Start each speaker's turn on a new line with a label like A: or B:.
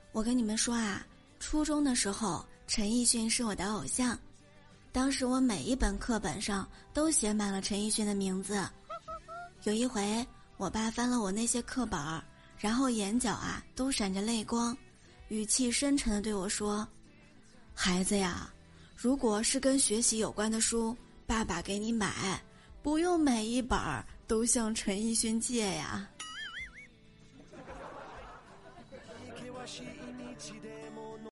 A: 我跟你们说啊，初中的时候，陈奕迅是我的偶像。当时我每一本课本上都写满了陈奕迅的名字。有一回，我爸翻了我那些课本，然后眼角都闪着泪光，语气深沉地对我说：“孩子呀，如果是跟学习有关的书，爸爸给你买，不用每一本都向陈奕迅借呀。”